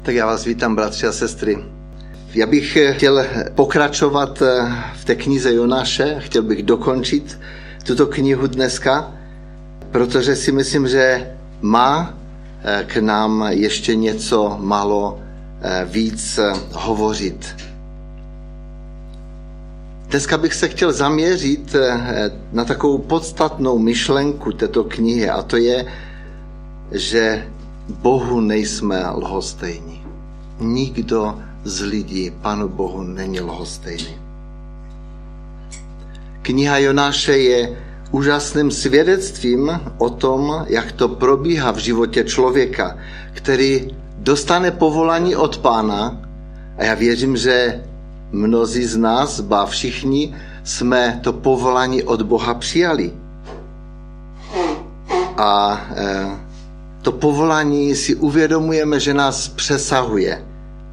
Tak já vás vítám, bratři a sestry. Já bych chtěl pokračovat v té knize Jonáše, chtěl bych dokončit tuto knihu dneska, protože si myslím, že má k nám ještě něco málo víc hovořit. Dneska bych se chtěl zaměřit na takovou podstatnou myšlenku této knihy, a to je, že Bohu nejsme lhostejní. Nikdo z lidí Pánu Bohu není lhostejný. Kniha Jonáše je úžasným svědectvím o tom, jak to probíhá v životě člověka, který dostane povolání od Pána, a já věřím, že mnozí z nás, ba všichni, jsme to povolání od Boha přijali. A to povolání si uvědomujeme, že nás přesahuje.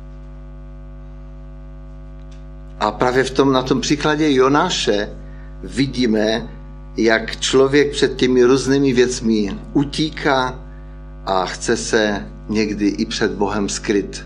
A právě na tom příkladě Jonáše vidíme, jak člověk před těmi různými věcmi utíká a chce se někdy i před Bohem skryt.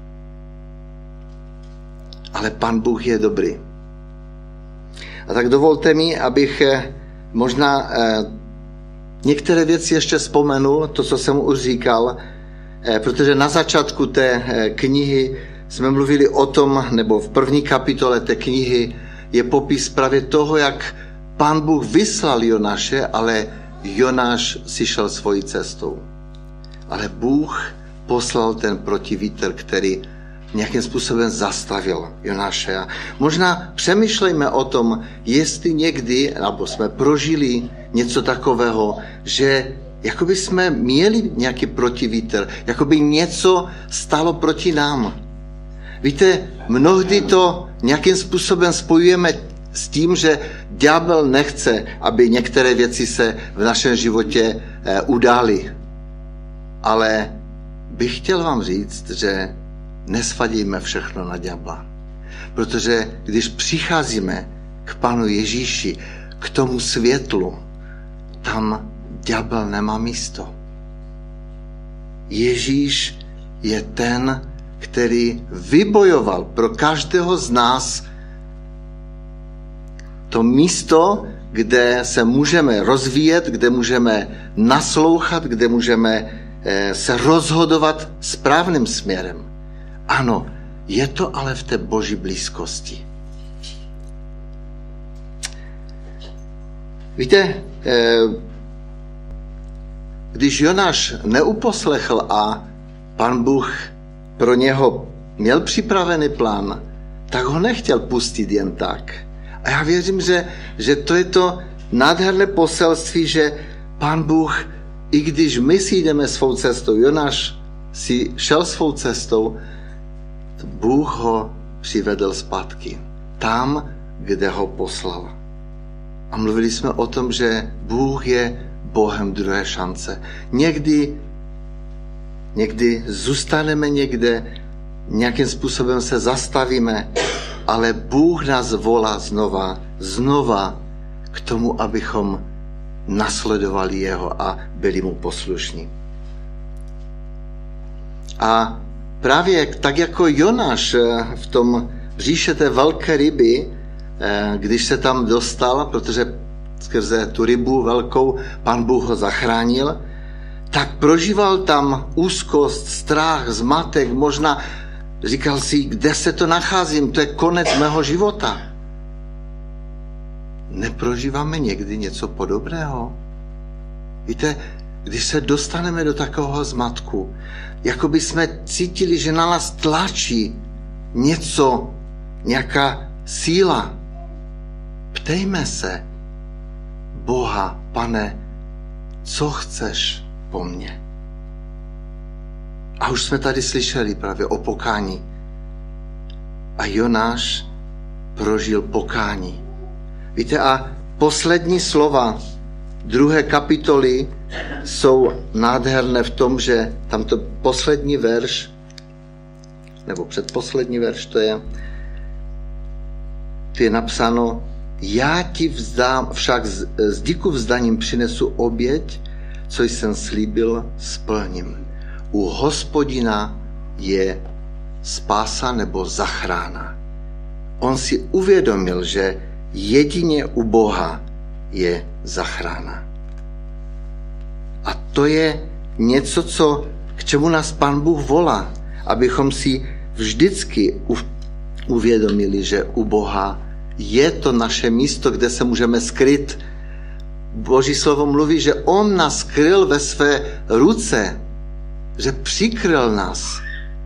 Ale Pán Bůh je dobrý. A tak dovolte mi, abych možná některé věci ještě vzpomenul, to, co jsem už říkal, protože na začátku té knihy jsme mluvili o tom, nebo v první kapitole té knihy je popis právě toho, jak Pán Bůh vyslal Jonáše, ale Jonáš si šel svojí cestou. Ale Bůh poslal ten protivítr, který nějakým způsobem zastavil Jonáše. A možná přemýšlejme o tom, jestli někdy, nebo jsme prožili něco takového, že jakoby jsme měli nějaký protivítr, jakoby něco stalo proti nám. Víte, mnohdy to nějakým způsobem spojujeme s tím, že ďábel nechce, aby některé věci se v našem životě udály. Ale bych chtěl vám říct, že nesvadíme všechno na ďábla. Protože když přicházíme k Panu Ježíši, k tomu světlu, tam ďábel nemá místo. Ježíš je ten, který vybojoval pro každého z nás to místo, kde se můžeme rozvíjet, kde můžeme naslouchat, kde můžeme se rozhodovat správným směrem. Ano, je to ale v té Boží blízkosti. Víte, když Jonáš neuposlechl a Pán Bůh pro něho měl připravený plán, tak ho nechtěl pustit jen tak. A já věřím, že to je to nádherné poselství, že Pán Bůh, i když my si jdeme svou cestou, Jonáš si šel svou cestou, Bůh ho přivedl zpátky. Tam, kde ho poslal. A mluvili jsme o tom, že Bůh je Bohem druhé šance. Někdy zůstaneme někde, nějakým způsobem se zastavíme, ale Bůh nás volá znova k tomu, abychom nasledovali jeho a byli mu poslušní. A právě tak jako Jonáš v tom bříše té velké ryby, když se tam dostal, protože skrze tu rybu velkou Pán Bůh ho zachránil, tak prožíval tam úzkost, strach, zmatek, možná říkal si, kde se to nacházím, to je konec mého života. Neprožíváme někdy něco podobného? Víte, když se dostaneme do takového zmatku, jako by jsme cítili, že na nás tlačí něco, nějaká síla. Ptejme se Boha, Pane, co chceš po mně? A už jsme tady slyšeli právě o pokání. A Jonáš prožil pokání. Víte, a poslední slova 2. kapitoly jsou nádherné v tom, že tamto poslední verš, nebo předposlední verš to je napsáno: já ti však s díku vzdaním přinesu oběť, co jsem slíbil, splním. U Hospodina je spása nebo zachrána. On si uvědomil, že jedině u Boha je zachrána. A to je něco, k čemu nás Pán Bůh volá, abychom si vždycky uvědomili, že u Boha je to naše místo, kde se můžeme skryt. Boží slovo mluví, že on nás skryl ve své ruce, že přikryl nás.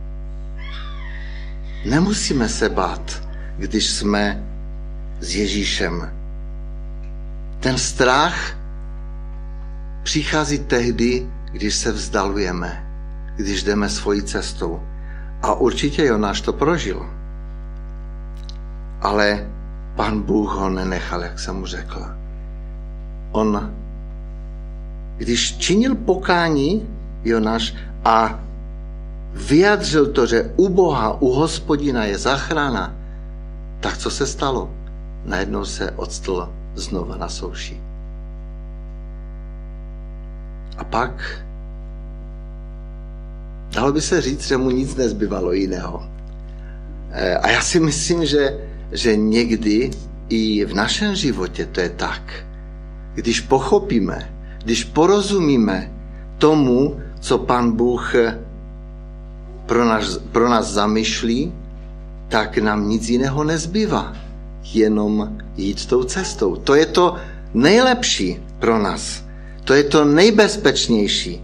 Nemusíme se bát, když jsme s Ježíšem. Ten strach přichází tehdy, když se vzdalujeme, když jdeme svojí cestou. A určitě Jonáš to prožil. Ale Pán Bůh ho nenechal, jak jsem mu řekl. On, když činil pokání Jonáš a vyjadřil to, že u Boha, u Hospodina je záchrana, tak co se stalo? Najednou se odstl znova na souši. A pak dalo by se říct, že mu nic nezbývalo jiného. A já si myslím, že někdy i v našem životě to je tak. Když pochopíme, když porozumíme tomu, co Pán Bůh pro nás zamýšlí, tak nám nic jiného nezbývá. Jenom jít tou cestou. To je to nejlepší pro nás. To je to nejbezpečnější.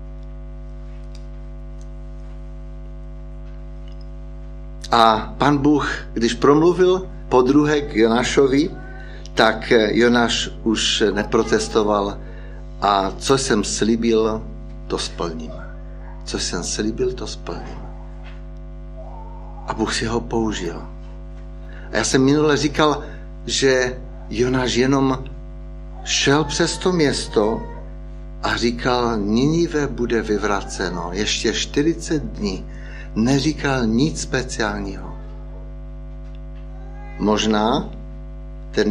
A Pán Bůh, když promluvil podruhé k Jonášovi, tak Jonáš už neprotestoval a co jsem slíbil, to splním. Co jsem slíbil, to splním. A Bůh si ho použil. A já jsem minule říkal, že Jonáš jenom šel přes to město a říkal, Ninive bude vyvraceno. Ještě 40 dní. Neříkal nic speciálního. Možná ten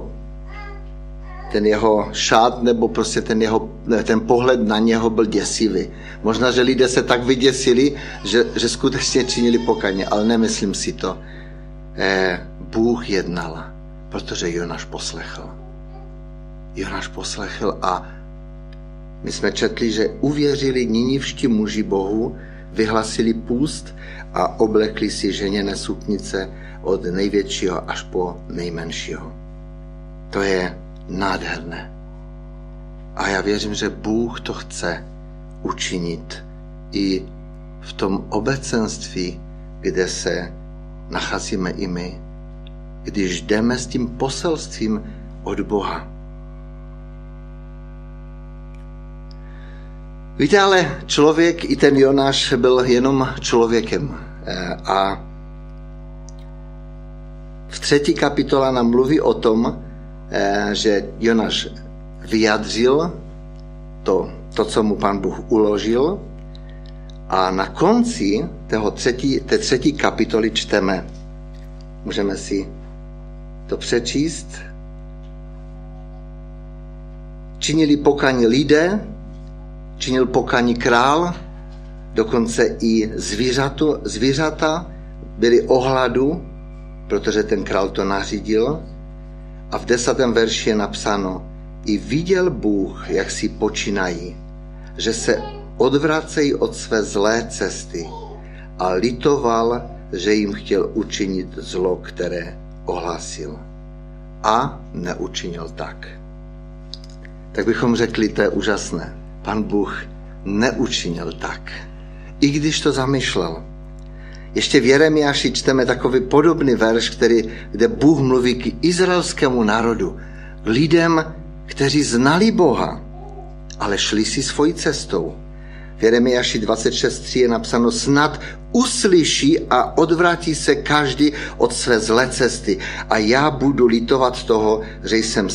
jeho šát nebo prostě ten pohled na něho byl děsivý. Možná, že lidé se tak vyděsili, že skutečně činili pokání, ale nemyslím si to. Bůh jednal, protože Jonáš poslechl. Jonáš poslechl a my jsme četli, že uvěřili ninivští muži Bohu, vyhlasili půst a oblekli si ženěné suknice od největšího až po nejmenšího. To je nádherné. A já věřím, že Bůh to chce učinit i v tom obecenství, kde se nacházíme i my, když jdeme s tím poselstvím od Boha. Víte, ale člověk, i ten Jonáš, byl jenom člověkem. A v 3. kapitola nám mluví o tom, že Jonáš vyjadřil to, co mu Pán Bůh uložil. A na konci té 3. kapitoly čteme, můžeme si to přečíst. Činili pokání lidé, činil pokání král, dokonce i zvířata byli o hladu, protože ten král to nařídil. A v 10. verši je napsáno, i viděl Bůh, jak si počínají, že se odvracejí od své zlé cesty a litoval, že jim chtěl učinit zlo, které ohlásil. A neučinil tak. Tak bychom řekli, to je úžasné. Pan Bůh neučinil tak. I když to zamýšlel. Ještě v Jeremiáši čteme takový podobný verš, kde Bůh mluví k izraelskému národu, lidem, kteří znali Boha, ale šli si svojí cestou. V Jeremiáši 26.3 je napsáno, snad uslyší a odvrátí se každý od své zlé cesty a já budu litovat toho, že jsem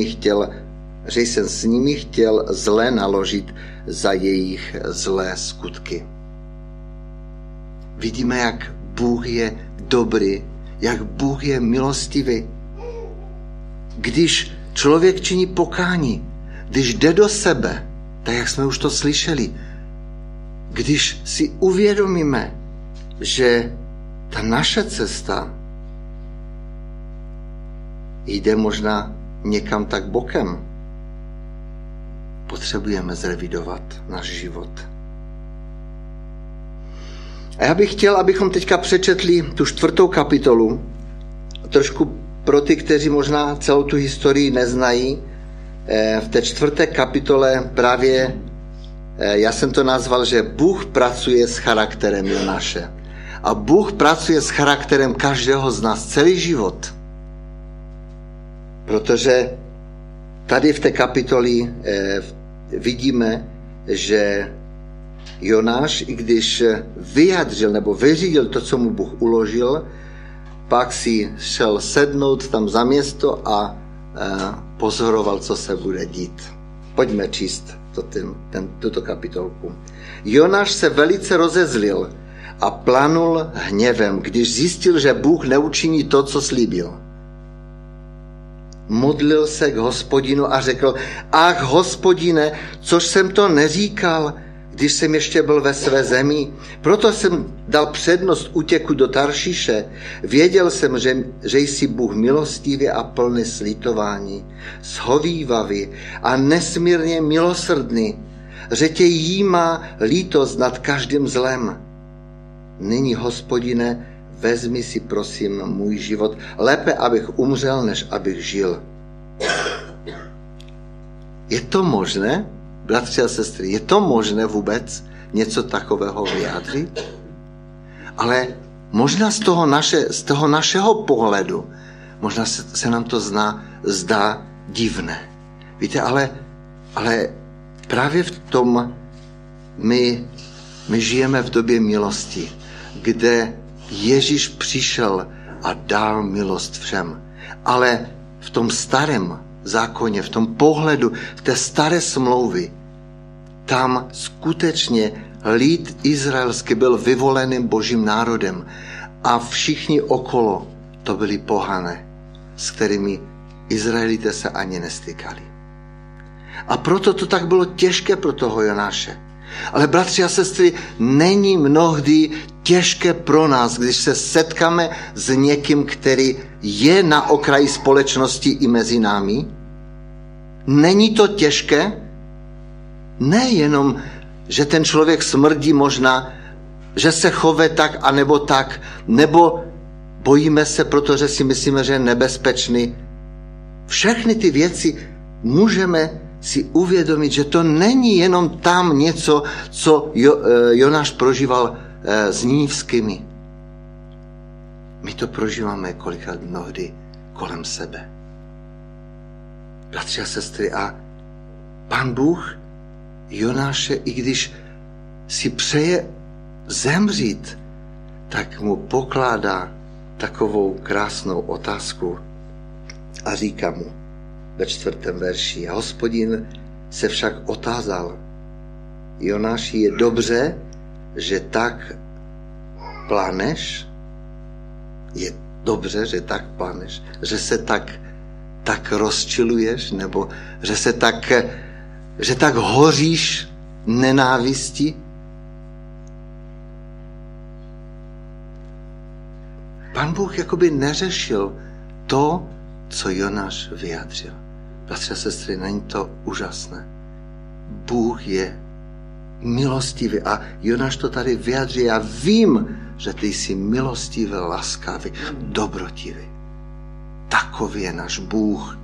s nimi chtěl zlé naložit za jejich zlé skutky. Vidíme, jak Bůh je dobrý, jak Bůh je milostivý. Když člověk činí pokání, když jde do sebe, tak jak jsme už to slyšeli, když si uvědomíme, že ta naše cesta jde možná někam tak bokem. Potřebujeme zrevidovat náš život. A já bych chtěl, abychom teďka přečetli tu 4. kapitolu. Trošku pro ty, kteří možná celou tu historii neznají. V té 4. kapitole právě, já jsem to nazval, že Bůh pracuje s charakterem Jonáše. A Bůh pracuje s charakterem každého z nás celý život. Protože tady v té kapitoli vidíme, že Jonáš, i když vyjádřil nebo vyřídil to, co mu Bůh uložil, pak si šel sednout tam za město a pozoroval, co se bude dít. Pojďme číst tuto kapitolku. Jonáš se velice rozezlil a planul hněvem, když zjistil, že Bůh neučiní to, co slíbil. Modlil se k Hospodinu a řekl: ach, Hospodine, což jsem to neříkal, když jsem ještě byl ve své zemi. Proto jsem dal přednost útěku do Taršíše. Věděl jsem, že jsi Bůh milostivý a plný slitování, shovívavý a nesmírně milosrdný, že tě jímá lítost nad každým zlem. Nyní, Hospodine, vezmi si prosím můj život. Lépe, abych umřel, než abych žil. Je to možné, bratři a sestry, je to možné vůbec něco takového vyjádřit? Ale možná z toho našeho pohledu, možná se nám to zdá divné. Víte, ale právě v tom my žijeme v době milosti, kde Ježíš přišel a dal milost všem. Ale v tom starém zákoně, v tom pohledu, v té staré smlouvy, tam skutečně lid izraelský byl vyvoleným božím národem a všichni okolo to byli pohané, s kterými Izraelité se ani nestykali. A proto to tak bylo těžké pro toho Jonáše. Ale bratři a sestry, není mnohdy těžké pro nás, když se setkáme s někým, který je na okraji společnosti i mezi námi? Není to těžké? Nejenom, že ten člověk smrdí možná, že se chove tak anebo tak, nebo bojíme se, protože si myslíme, že je nebezpečný. Všechny ty věci můžeme si uvědomit, že to není jenom tam něco, co Jonáš prožíval s Ninivskými. My to prožíváme kolikrát mnohdy kolem sebe. Bratři a sestry, a Pán Bůh Jonáše, i když si přeje zemřít, tak mu pokládá takovou krásnou otázku a říká mu ve 4. verši: a Hospodin se však otázal: Jonáši, je dobře, že tak pláneš? Je dobře, že tak pláneš? Že se tak rozčiluješ? Nebo že tak hoříš nenávistí? Pán Bůh jakoby neřešil to, co Jonáš vyjádřil. Bratři a sestry, není to úžasné? Bůh je milostivý a Jonáš to tady vyjádří. Já vím, že ty jsi milostivý, laskavý, dobrotivý. Takový je náš Bůh.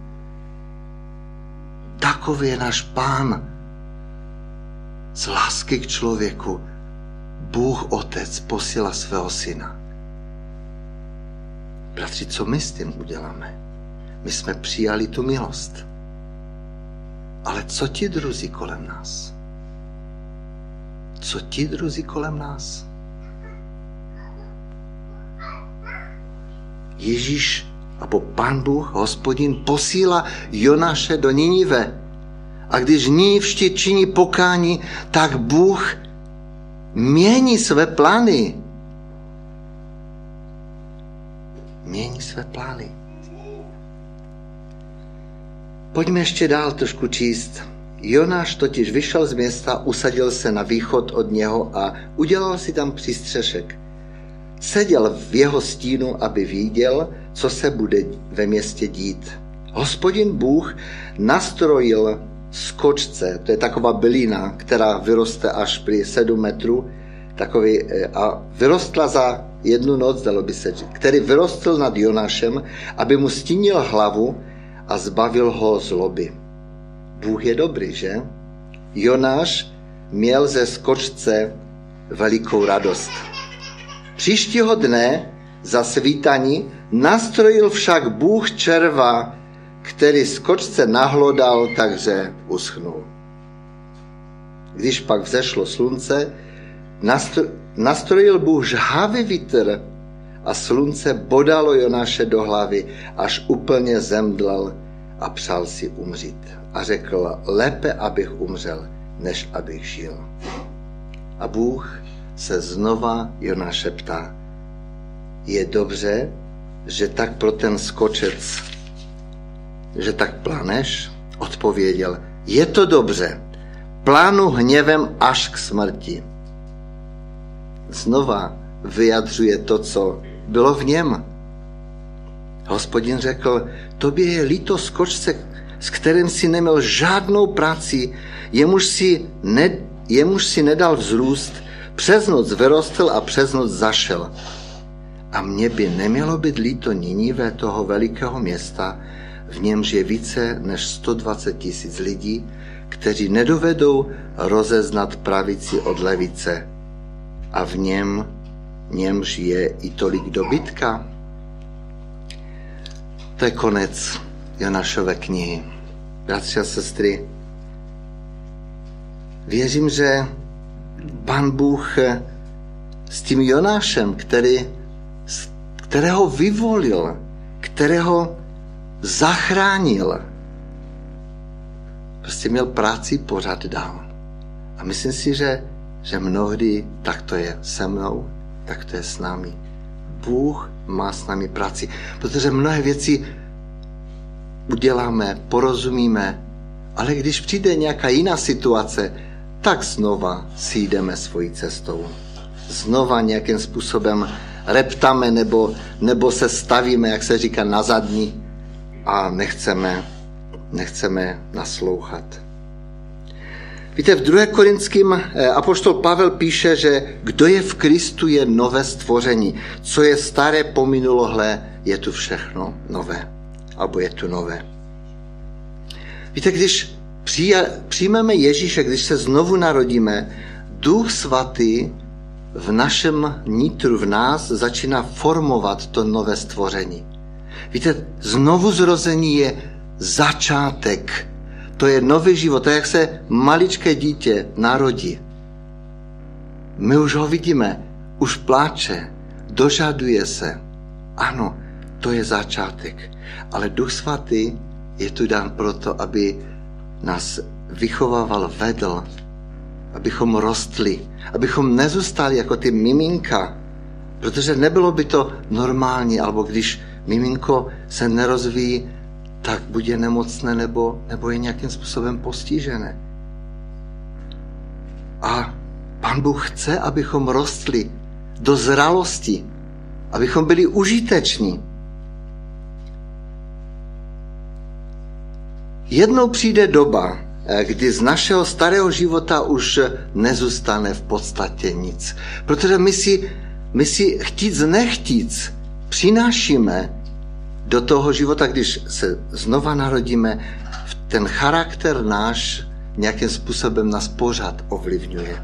Takový je náš Pán. Z lásky k člověku Bůh Otec posílá svého syna. Bratři, co my s tím uděláme? My jsme přijali tu milost. Ale co ti druzí kolem nás? Co ti druzí kolem nás? Ježíš, nebo Pán Bůh, Hospodin, posílá Jonáše do Ninive. A když Ninivští činí pokání, tak Bůh mění své plány. Mění své plány. Pojďme ještě dál trošku číst. Jonáš totiž vyšel z města, usadil se na východ od něho a udělal si tam přístřešek. seděl v jeho stínu, aby viděl, co se bude ve městě dít. Hospodin Bůh nastrojil skočce, to je taková bylina, která vyroste až při 7 metrů, a vyrostla za 1 noc, dalo by se, který vyrostl nad Jonášem, aby mu stínil hlavu a zbavil ho zloby. Bůh je dobrý, že? Jonáš měl ze skočce velikou radost. Příštího dne za svítání nastrojil však Bůh červa, který skočce nahlodal, takže uschnul. Když pak vzešlo slunce, nastrojil Bůh žhavý vítr a slunce bodalo Jonáše do hlavy, až úplně zemdlel a přál si umřít. A řekl, lépe, abych umřel, než abych žil. A Bůh se znova Jonáše ptá, je dobře, že tak pro ten skočec, že tak pláneš? Odpověděl, je to dobře, plánu hněvem až k smrti. Znova vyjadřuje to, co bylo v něm. Hospodin řekl, tobě je líto skočce, s kterým si neměl žádnou práci, jemuž si nedal vzrůst, přes noc vyrostl a přes noc zašel. A mně by nemělo být líto Ninive, toho velikého města, v němž je více než 120 000 lidí, kteří nedovedou rozeznat pravici od levice. A v němž je i tolik dobytka. To je konec Jonášové knihy. Bratři a sestry, věřím, že Pán Bůh s tím Jonášem, kterého vyvolil, kterého zachránil, prostě měl práci pořád dál. A myslím si, že mnohdy tak to je se mnou, tak to je s námi. Bůh má s námi práci, protože mnohé věci uděláme, porozumíme, ale když přijde nějaká jiná situace, tak znova si jdeme svojí cestou. Znova nějakým způsobem reptáme nebo se stavíme, jak se říká, na zadní a nechceme naslouchat. Víte, v 2. Korinským apoštol Pavel píše, že kdo je v Kristu, je nové stvoření. Co je staré, pominulo, hle, je tu všechno nové. Alebo je tu nové. Víte, když přijmeme Ježíše, když se znovu narodíme, Duch Svatý v našem nitru, v nás začíná formovat to nové stvoření. Víte, znovu zrození je začátek. To je nový život, to je, jak se maličké dítě narodí. My už ho vidíme, už pláče, dožaduje se. Ano, to je začátek. Ale Duch Svatý je tu dán proto, aby nás vychovával, vedl, abychom rostli, abychom nezůstali jako ty miminka, protože nebylo by to normální, alebo když miminko se nerozvíjí, tak bude nemocné nebo je nějakým způsobem postižené. A Pán Bůh chce, abychom rostli do zralosti, abychom byli užiteční. Jednou přijde doba, kdy z našeho starého života už nezůstane v podstatě nic. Protože my si chtíc nechtíc přinášíme do toho života, když se znova narodíme, ten charakter náš nějakým způsobem nás pořád ovlivňuje.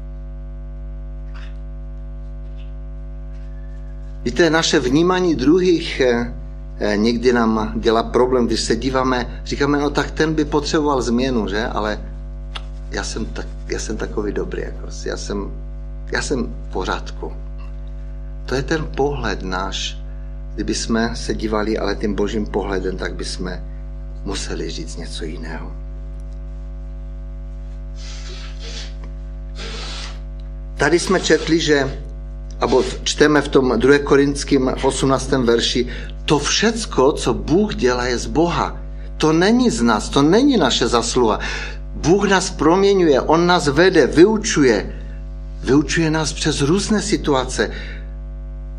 Víte, naše vnímání druhých někdy nám dělá problém, když se díváme, říkáme, no tak ten by potřeboval změnu, že? Ale já jsem takový dobrý, jako, já jsem v pořádku. To je ten pohled náš. Kdyby jsme se dívali ale tím božím pohledem, tak bychom museli říct něco jiného. Tady jsme četli, abo čteme v tom 2. Korinským 18. verši, to všecko, co Bůh dělá, je z Boha. To není z nás, to není naše zasluha. Bůh nás proměňuje, on nás vede, vyučuje nás přes různé situace.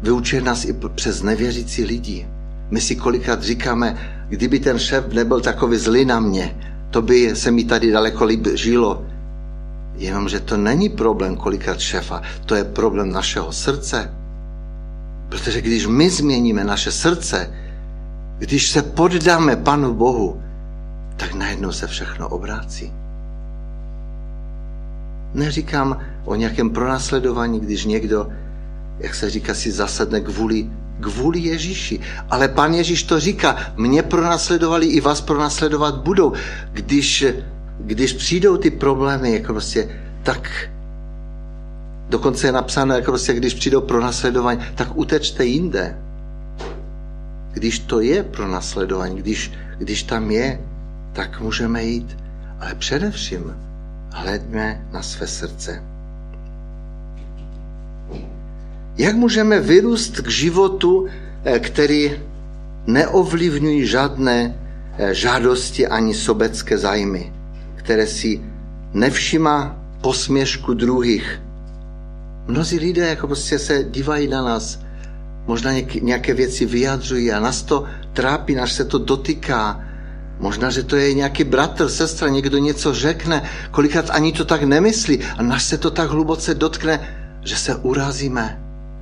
vyučuje nás i přes nevěřící lidi. My si kolikrát říkáme, kdyby ten šéf nebyl takový zlý na mě, to by se mi tady daleko líp žilo. Jenomže to není problém kolikrát šéfa, to je problém našeho srdce. Protože když my změníme naše srdce, když se poddáme Panu Bohu, tak najednou se všechno obrácí. Neříkám o nějakém pronásledování, když někdo, jak se říká, si zasedne kvůli Ježíši. Ale Pán Ježíš to říká, mě pronásledovali, i vás pronásledovat budou. Když přijdou ty problémy, jako prostě, tak dokonce je napsáno, jako prostě, když přijdou pronásledování, tak utečte jinde. Když to je pronásledování, když tam je, tak můžeme jít. Ale především hleďme na své srdce. Jak můžeme vyrůst k životu, který neovlivňují žádné žádosti ani sobecké zájmy, které si nevšímá posměšku druhých? Mnozí lidé jako prostě se dívají na nás, možná nějaké věci vyjadřují a nás to trápí, až se to dotýká. Možná, že to je nějaký bratr, sestra, někdo něco řekne, kolikrát ani to tak nemyslí a nás se to tak hluboce dotkne, že se urazíme.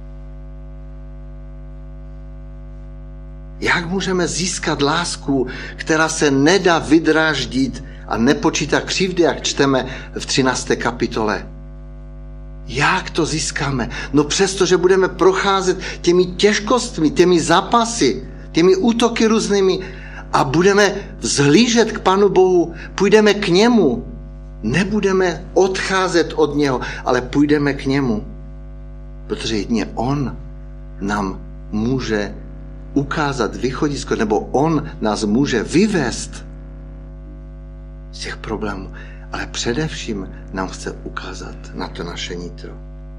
Jak můžeme získat lásku, která se nedá vydráždit a nepočítá křivdy, jak čteme v 13. kapitole? Jak to získáme? No přesto, že budeme procházet těmi těžkostmi, těmi zápasy, těmi útoky různými a budeme vzhlížet k Panu Bohu, půjdeme k němu. Nebudeme odcházet od něho, ale půjdeme k němu. Protože jedině on nám může ukázat východisko, nebo on nás může vyvést z těch problémů. Ale především nám chce ukázat na to naše nitro.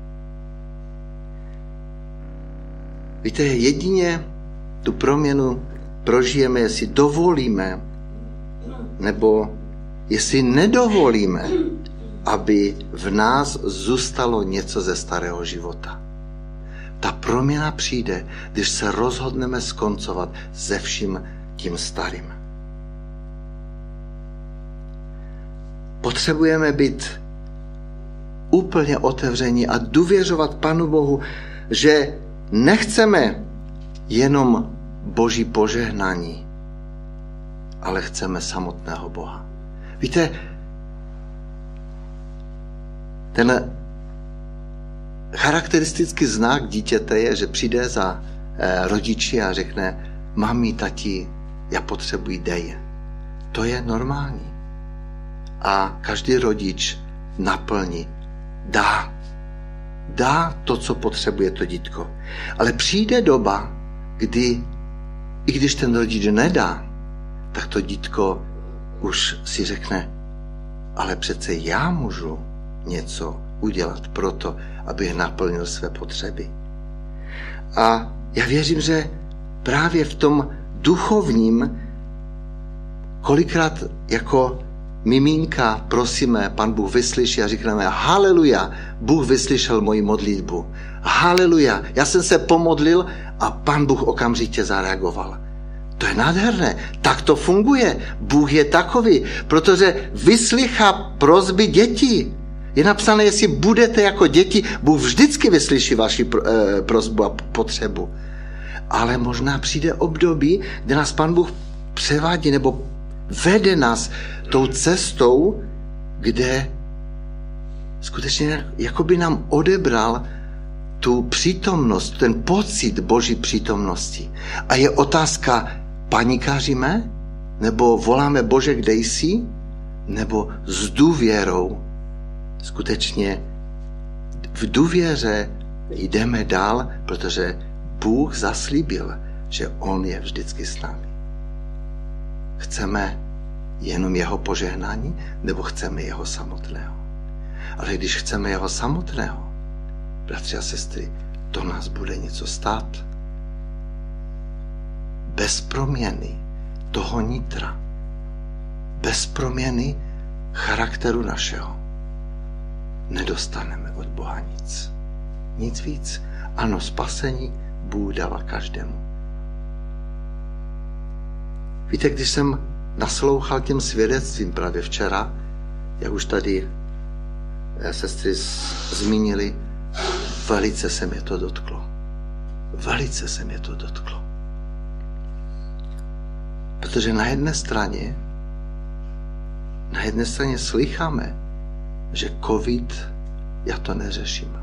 Víte, jedině tu proměnu prožijeme, jestli dovolíme, nebo jestli nedovolíme, aby v nás zůstalo něco ze starého života. Ta proměna přijde, když se rozhodneme skoncovat se vším tím starým. Potřebujeme být úplně otevření a důvěřovat Panu Bohu, že nechceme jenom Boží požehnání, ale chceme samotného Boha. Víte, ten charakteristický znak dítěte je, že přijde za rodiči a řekne: mami, tati, já potřebuji dej. To je normální. A každý rodič naplní. Dá to, co potřebuje to dítko. Ale přijde doba, kdy, i když ten rodič nedá, tak to dítko už si řekne: ale přece já můžu něco udělat proto, aby naplnil své potřeby. A já věřím, že právě v tom duchovním kolikrát jako miminka prosíme, Pan Bůh vyslyší a říkáme: haleluja, Bůh vyslyšel moji modlitbu. Haleluja, já jsem se pomodlil a Pan Bůh okamžitě zareagoval. To je nádherné, tak to funguje. Bůh je takový, protože vyslychá prosby dětí. Je napsané, jestli budete jako děti, Bůh vždycky vyslyší vaši prosbu a potřebu. Ale možná přijde období, kdy nás Pan Bůh převádí nebo vede nás tou cestou, kde skutečně jako by nám odebral tu přítomnost, ten pocit Boží přítomnosti. A je otázka, panikáříme? Nebo voláme: Bože, kde jsi? Nebo s důvěrou skutečně v důvěře jdeme dál, protože Bůh zaslíbil, že on je vždycky s námi. Chceme jenom jeho požehnání, nebo chceme jeho samotného? Ale když chceme jeho samotného, bratři a sestry, to nás bude něco stát. Bez proměny toho nitra, bez proměny charakteru našeho, nedostaneme od Boha nic. Nic víc. Ano, spasení, Bůh dává každému. Víte, když jsem naslouchal těm svědectvím právě včera, jak už tady sestry zmínili, velice se mě to dotklo. Velice se mě to dotklo. Protože na jedné straně slycháme, že covid, já to neřeším.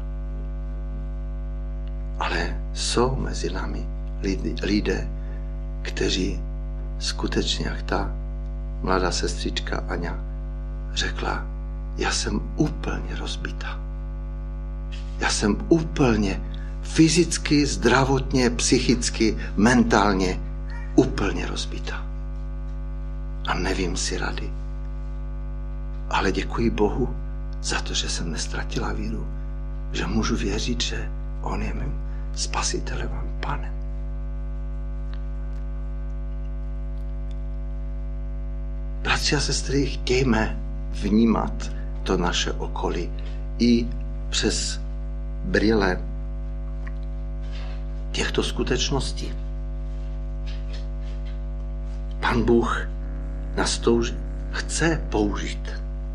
Ale jsou mezi námi lidé, kteří skutečně, jak ta mladá sestřička Aňa řekla, já jsem úplně rozbitá. Já jsem úplně fyzicky, zdravotně, psychicky, mentálně úplně rozbitá. A nevím si rady. Ale děkuji Bohu za to, že jsem neztratila víru. Že můžu věřit, že On je mým spasitelem a Pánem. Bratři a sestry, chtějme vnímat to naše okolí i přes brýle těchto skutečností. Pán Bůh nás to chce použít.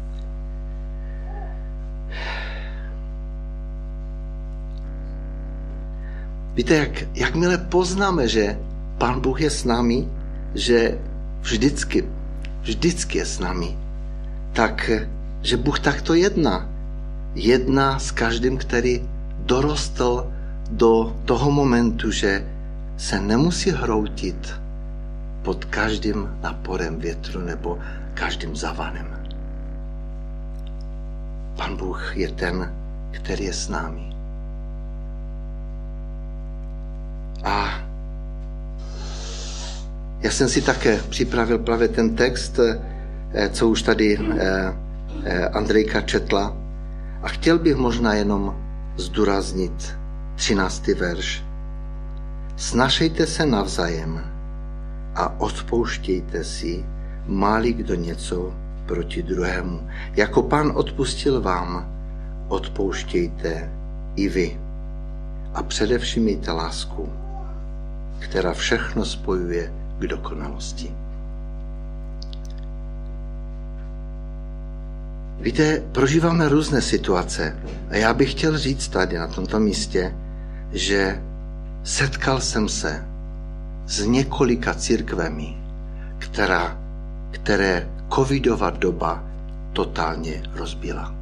Víte, jakmile poznáme, že Pán Bůh je s námi, že vždycky je s námi, tak, že Bůh takto jedná s každým, který dorostl do toho momentu, že se nemusí hroutit pod každým náporem větru nebo každým zavanem. Pán Bůh je ten, který je s námi. A já jsem si také připravil právě ten text, co už tady Andrejka četla. A chtěl bych možná jenom zdůraznit 13. verš. Snašejte se navzájem a odpouštějte si, má-li kdo něco proti druhému. Jako Pán odpustil vám, odpouštějte i vy. A především mějte lásku, která všechno spojuje k dokonalosti. Víte, prožíváme různé situace a já bych chtěl říct tady na tomto místě, že setkal jsem se s několika církvemi, které covidová doba totálně rozbila.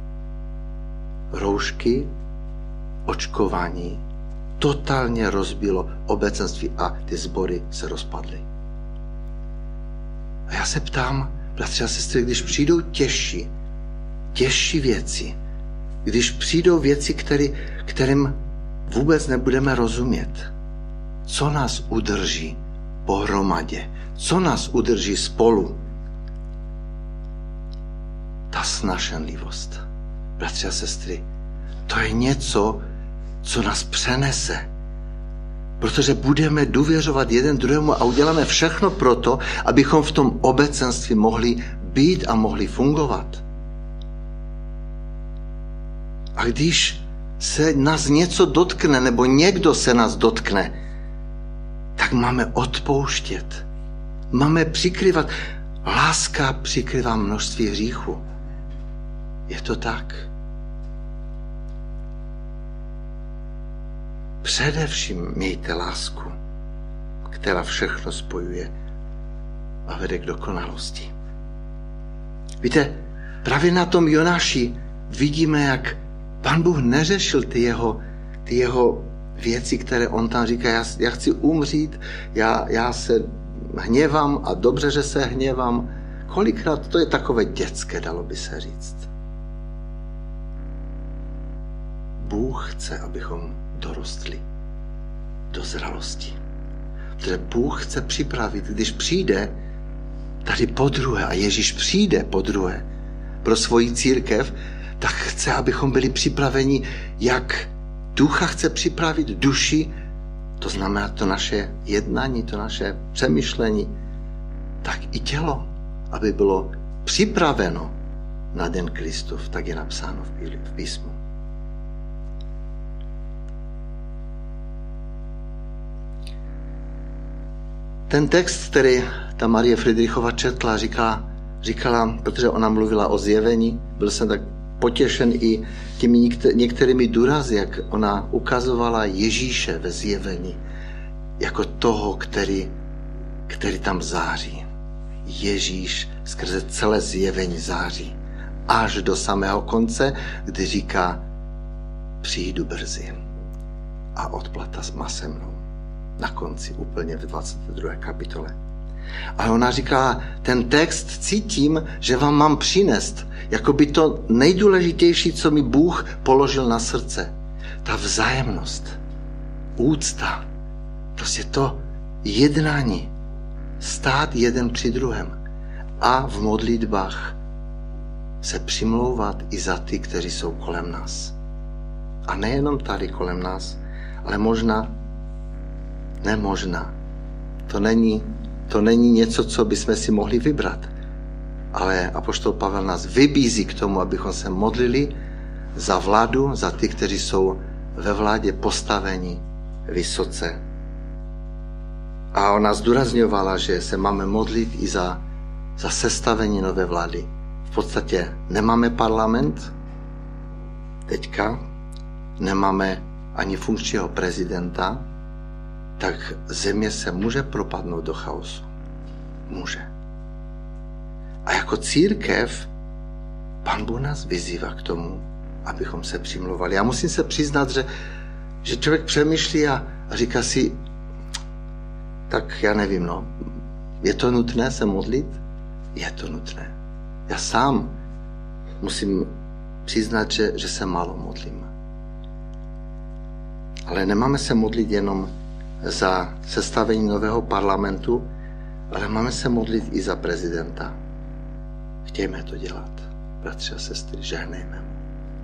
Roušky, očkování totálně rozbilo obecenství a ty sbory se rozpadly. A já se ptám, bratři a sestry, když přijdou těžší věci, když přijdou věci, kterým vůbec nebudeme rozumět, co nás udrží pohromadě, co nás udrží spolu? Ta snašenlivost. Bratři a sestry, to je něco, co nás přenese. Protože budeme důvěřovat jeden druhému a uděláme všechno proto, abychom v tom obecenství mohli být a mohli fungovat. A když se nás něco dotkne, nebo někdo se nás dotkne, tak máme odpouštět. Máme přikrývat. Láska přikrývá množství hříchu. Je to tak? Především mějte lásku, která všechno spojuje a vede k dokonalosti. Víte, právě na tom Jonáši vidíme, jak Pán Bůh neřešil ty jeho věci, které on tam říká, já chci umřít, já se hněvám a dobře, že se hněvám. Kolikrát to je takové dětské, dalo by se říct. Bůh chce, abychom dorostli do zralosti. Protože Bůh chce připravit, když přijde tady podruhé, a Ježíš přijde podruhé pro svoji církev, tak chce, abychom byli připraveni, jak ducha chce připravit duši, to znamená to naše jednání, to naše přemýšlení, tak i tělo, aby bylo připraveno na den Kristův, tak je napsáno v písmu. ten text, který ta Marie Friedrichova četla, říkala, protože ona mluvila o zjevení, byl jsem tak potěšen i těmi některými důrazy, jak ona ukazovala Ježíše ve zjevení, jako toho, který tam září. Ježíš skrze celé zjevení září. Až do samého konce, kdy říká, přijdu brzy a odplata má se mnou. Na konci, úplně v 22. kapitole. Ale ona říká, ten text cítím, že vám mám přinést, jako by to nejdůležitější, co mi Bůh položil na srdce. Ta vzájemnost, úcta, prostě to jednání, stát jeden při druhém a v modlitbách se přimlouvat i za ty, kteří jsou kolem nás. A nejenom tady kolem nás, ale nemožná. To není něco, co bychom si mohli vybrat. Ale apoštol Pavel nás vybízí k tomu, abychom se modlili za vládu, za ty, kteří jsou ve vládě postaveni vysoce. A ona zdůrazňovala, že se máme modlit i za sestavení nové vlády. V podstatě nemáme parlament, teďka nemáme ani funkčního prezidenta, tak země se může propadnout do chaosu. Může. A jako církev Pán Bůh nás vyzývá k tomu, abychom se přimlouvali. Já musím se přiznat, že člověk přemýšlí a říká si, tak já nevím, je to nutné se modlit? Je to nutné. Já sám musím přiznat, že se málo modlím. Ale nemáme se modlit jenom za sestavení nového parlamentu, ale máme se modlit i za prezidenta. Chtějme to dělat, bratři a sestry, žehnejme mu.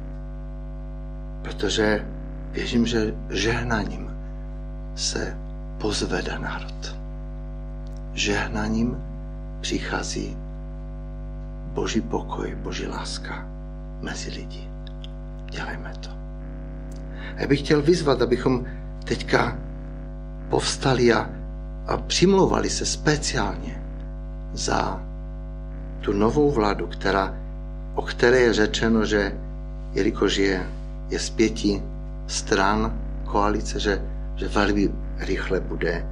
Protože věřím, že žehnaním se pozvedá národ. Žehnaním přichází Boží pokoj, Boží láska mezi lidi. Dělejme to. Já bych chtěl vyzvat, abychom teďka povstali a přimlouvali se speciálně za tu novou vládu, o které je řečeno, že jelikož je z 5 stran koalice, že velmi rychle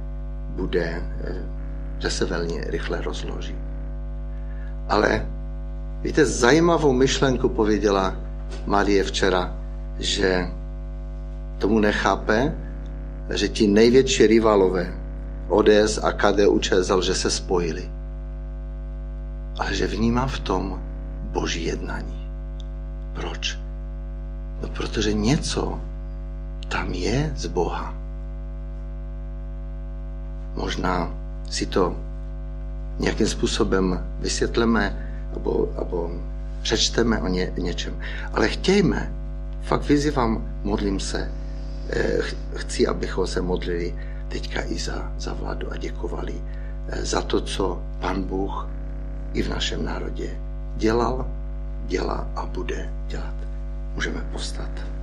že se velmi rychle rozloží. Ale víte, zajímavou myšlenku pověděla Marie včera, že tomu nechápe, že ti největší rivalové ODS a KDU-ČSL, že se spojili. Ale že vnímá v tom Boží jednání. Proč? No, protože něco tam je z Boha. Možná si to nějakým způsobem vysvětlíme nebo přečteme o něčem. Ale chtějme, fakt vyzývám, modlím se, chci, abychom se modlili teďka i za vládu a děkovali za to, co Pán Bůh i v našem národě dělal, dělá a bude dělat. Můžeme povstat.